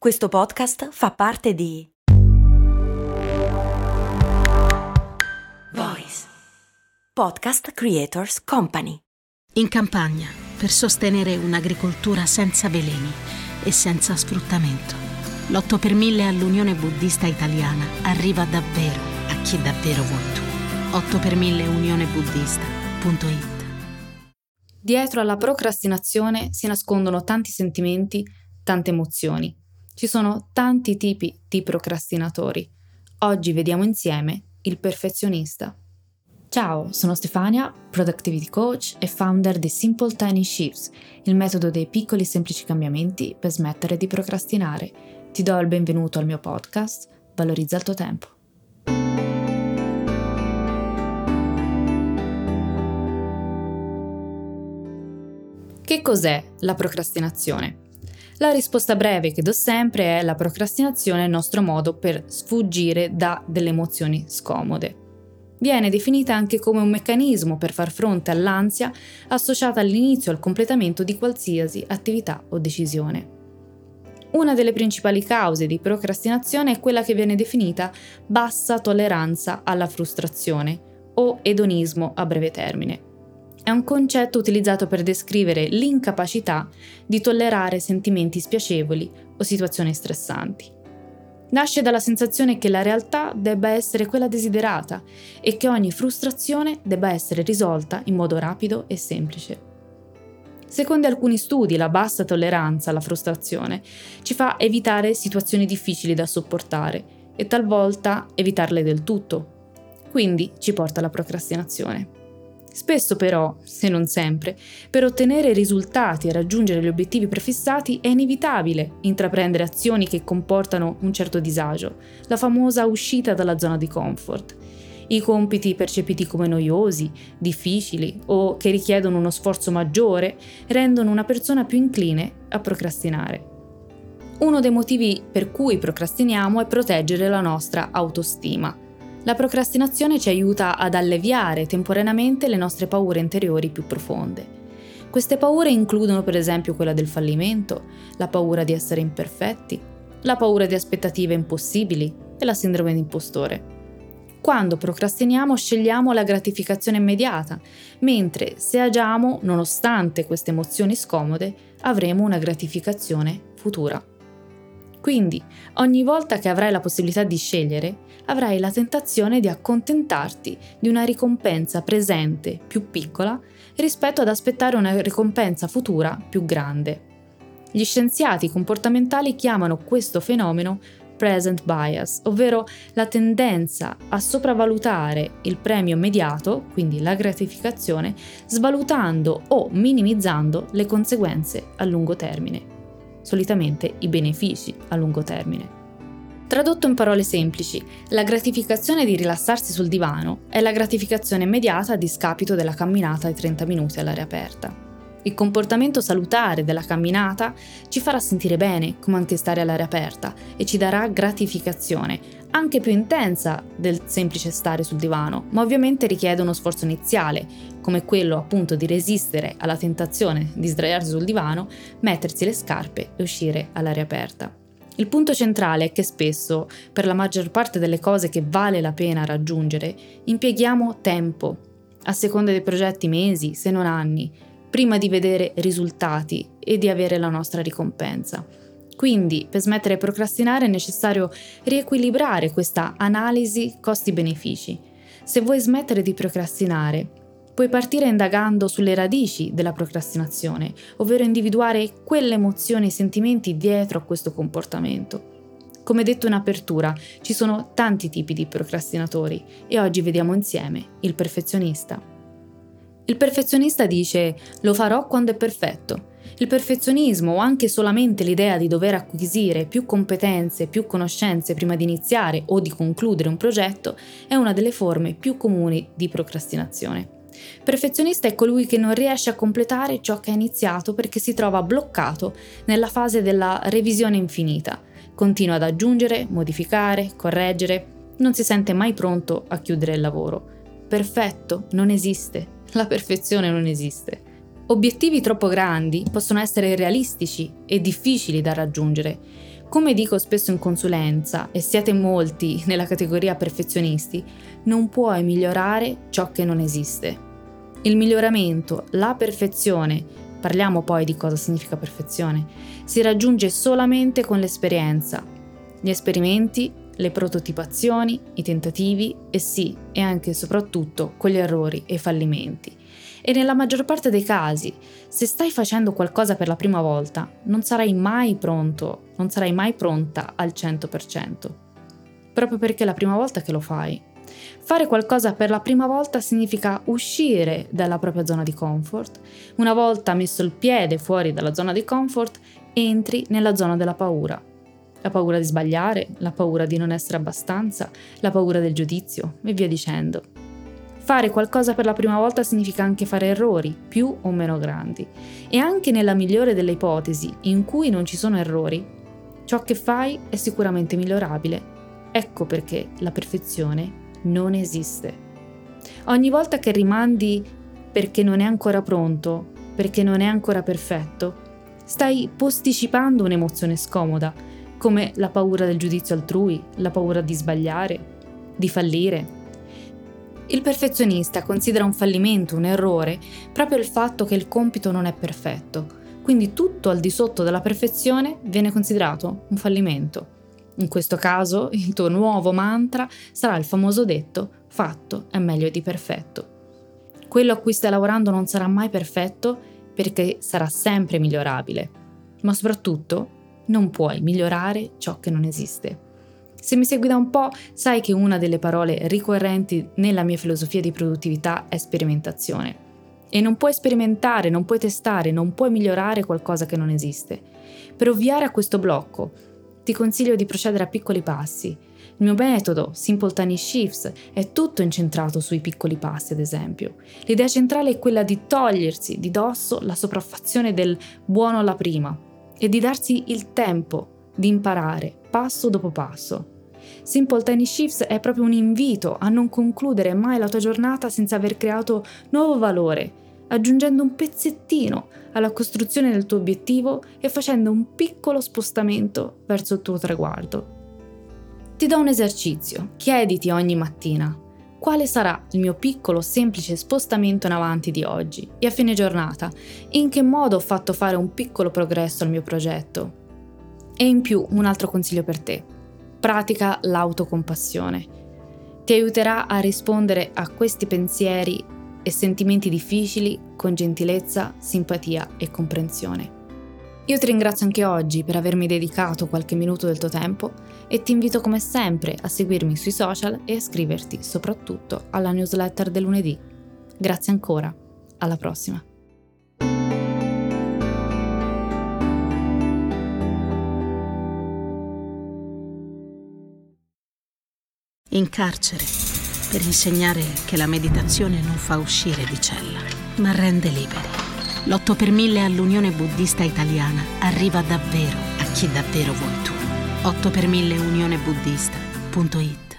Questo podcast fa parte di Voice Podcast Creators Company. In campagna, per sostenere un'agricoltura senza veleni e senza sfruttamento, l'8 per 1000 all'Unione Buddista Italiana arriva davvero a chi davvero vuoi tu. 8 per 1000 unionebuddista.it. Dietro alla procrastinazione si nascondono tanti sentimenti, tante emozioni. Ci sono tanti tipi di procrastinatori. Oggi vediamo insieme il perfezionista. Ciao, sono Stefania, Productivity Coach e founder di Simple Tiny Shifts, il metodo dei piccoli semplici cambiamenti per smettere di procrastinare. Ti do il benvenuto al mio podcast, Valorizza il tuo tempo. Che cos'è la procrastinazione? La risposta breve che do sempre è: la procrastinazione è il nostro modo per sfuggire da delle emozioni scomode. Viene definita anche come un meccanismo per far fronte all'ansia associata all'inizio o al completamento di qualsiasi attività o decisione. Una delle principali cause di procrastinazione è quella che viene definita bassa tolleranza alla frustrazione o edonismo a breve termine. È un concetto utilizzato per descrivere l'incapacità di tollerare sentimenti spiacevoli o situazioni stressanti. Nasce dalla sensazione che la realtà debba essere quella desiderata e che ogni frustrazione debba essere risolta in modo rapido e semplice. Secondo alcuni studi, la bassa tolleranza alla frustrazione ci fa evitare situazioni difficili da sopportare e talvolta evitarle del tutto. Quindi ci porta alla procrastinazione. Spesso però, se non sempre, per ottenere risultati e raggiungere gli obiettivi prefissati è inevitabile intraprendere azioni che comportano un certo disagio, la famosa uscita dalla zona di comfort. I compiti percepiti come noiosi, difficili o che richiedono uno sforzo maggiore rendono una persona più incline a procrastinare. Uno dei motivi per cui procrastiniamo è proteggere la nostra autostima. La procrastinazione ci aiuta ad alleviare temporaneamente le nostre paure interiori più profonde. Queste paure includono per esempio quella del fallimento, la paura di essere imperfetti, la paura di aspettative impossibili e la sindrome d'impostore. Quando procrastiniamo scegliamo la gratificazione immediata, mentre se agiamo nonostante queste emozioni scomode avremo una gratificazione futura. Quindi, ogni volta che avrai la possibilità di scegliere, avrai la tentazione di accontentarti di una ricompensa presente più piccola rispetto ad aspettare una ricompensa futura più grande. Gli scienziati comportamentali chiamano questo fenomeno present bias, ovvero la tendenza a sopravvalutare il premio immediato, quindi la gratificazione, svalutando o minimizzando le conseguenze a lungo termine. Solitamente i benefici a lungo termine. Tradotto in parole semplici, la gratificazione di rilassarsi sul divano è la gratificazione immediata a discapito della camminata ai 30 minuti all'aria aperta. Il comportamento salutare della camminata ci farà sentire bene, come anche stare all'aria aperta, e ci darà gratificazione, anche più intensa del semplice stare sul divano, ma ovviamente richiede uno sforzo iniziale, come quello appunto di resistere alla tentazione di sdraiarsi sul divano, mettersi le scarpe e uscire all'aria aperta. Il punto centrale è che spesso, per la maggior parte delle cose che vale la pena raggiungere, impieghiamo tempo, a seconda dei progetti mesi, se non anni, prima di vedere risultati e di avere la nostra ricompensa. Quindi, per smettere di procrastinare è necessario riequilibrare questa analisi costi-benefici. Se vuoi smettere di procrastinare, puoi partire indagando sulle radici della procrastinazione, ovvero individuare quelle emozioni e sentimenti dietro a questo comportamento. Come detto in apertura, ci sono tanti tipi di procrastinatori e oggi vediamo insieme il perfezionista. Il perfezionista dice: lo farò quando è perfetto. Il perfezionismo o anche solamente l'idea di dover acquisire più competenze, più conoscenze prima di iniziare o di concludere un progetto è una delle forme più comuni di procrastinazione. Perfezionista è colui che non riesce a completare ciò che ha iniziato perché si trova bloccato nella fase della revisione infinita. Continua ad aggiungere, modificare, correggere, non si sente mai pronto a chiudere il lavoro. Perfetto non esiste, la perfezione non esiste. Obiettivi troppo grandi possono essere irrealistici e difficili da raggiungere. Come dico spesso in consulenza, e siete molti nella categoria perfezionisti, non puoi migliorare ciò che non esiste. Il miglioramento, la perfezione, parliamo poi di cosa significa perfezione, si raggiunge solamente con l'esperienza, gli esperimenti, le prototipazioni, i tentativi e sì, e anche e soprattutto con gli errori e i fallimenti. E nella maggior parte dei casi, se stai facendo qualcosa per la prima volta, non sarai mai pronto, non sarai mai pronta al 100%, proprio perché è la prima volta che lo fai. Fare qualcosa per la prima volta significa uscire dalla propria zona di comfort. Una volta messo il piede fuori dalla zona di comfort, entri nella zona della paura. La paura di sbagliare, la paura di non essere abbastanza, la paura del giudizio e via dicendo. Fare qualcosa per la prima volta significa anche fare errori, più o meno grandi. E anche nella migliore delle ipotesi, in cui non ci sono errori, ciò che fai è sicuramente migliorabile. Ecco perché la perfezione non esiste. Ogni volta che rimandi perché non è ancora pronto, perché non è ancora perfetto, stai posticipando un'emozione scomoda, come la paura del giudizio altrui, la paura di sbagliare, di fallire. Il perfezionista considera un fallimento, un errore, proprio il fatto che il compito non è perfetto, quindi tutto al di sotto della perfezione viene considerato un fallimento. In questo caso, il tuo nuovo mantra sarà il famoso detto «fatto è meglio di perfetto». Quello a cui stai lavorando non sarà mai perfetto perché sarà sempre migliorabile, ma soprattutto non puoi migliorare ciò che non esiste. Se mi segui da un po', sai che una delle parole ricorrenti nella mia filosofia di produttività è sperimentazione. E non puoi sperimentare, non puoi testare, non puoi migliorare qualcosa che non esiste. Per ovviare a questo blocco, ti consiglio di procedere a piccoli passi. Il mio metodo, Simple Tiny Shifts, è tutto incentrato sui piccoli passi, ad esempio. L'idea centrale è quella di togliersi di dosso la sopraffazione del buono alla prima e di darsi il tempo di imparare passo dopo passo. Simple Tiny Shifts è proprio un invito a non concludere mai la tua giornata senza aver creato nuovo valore, aggiungendo un pezzettino alla costruzione del tuo obiettivo e facendo un piccolo spostamento verso il tuo traguardo. Ti do un esercizio, chiediti ogni mattina quale sarà il mio piccolo semplice spostamento in avanti di oggi e a fine giornata in che modo ho fatto fare un piccolo progresso al mio progetto. E in più un altro consiglio per te: pratica l'autocompassione. Ti aiuterà a rispondere a questi pensieri e sentimenti difficili con gentilezza, simpatia e comprensione. Io ti ringrazio anche oggi per avermi dedicato qualche minuto del tuo tempo e ti invito come sempre a seguirmi sui social e a iscriverti soprattutto alla newsletter del lunedì. Grazie ancora, alla prossima. In carcere, per insegnare che la meditazione non fa uscire di cella, ma rende liberi. L'8 per 1000 all'Unione Buddista Italiana arriva davvero a chi davvero vuoi tu. 8 per 1000 unionebuddista.it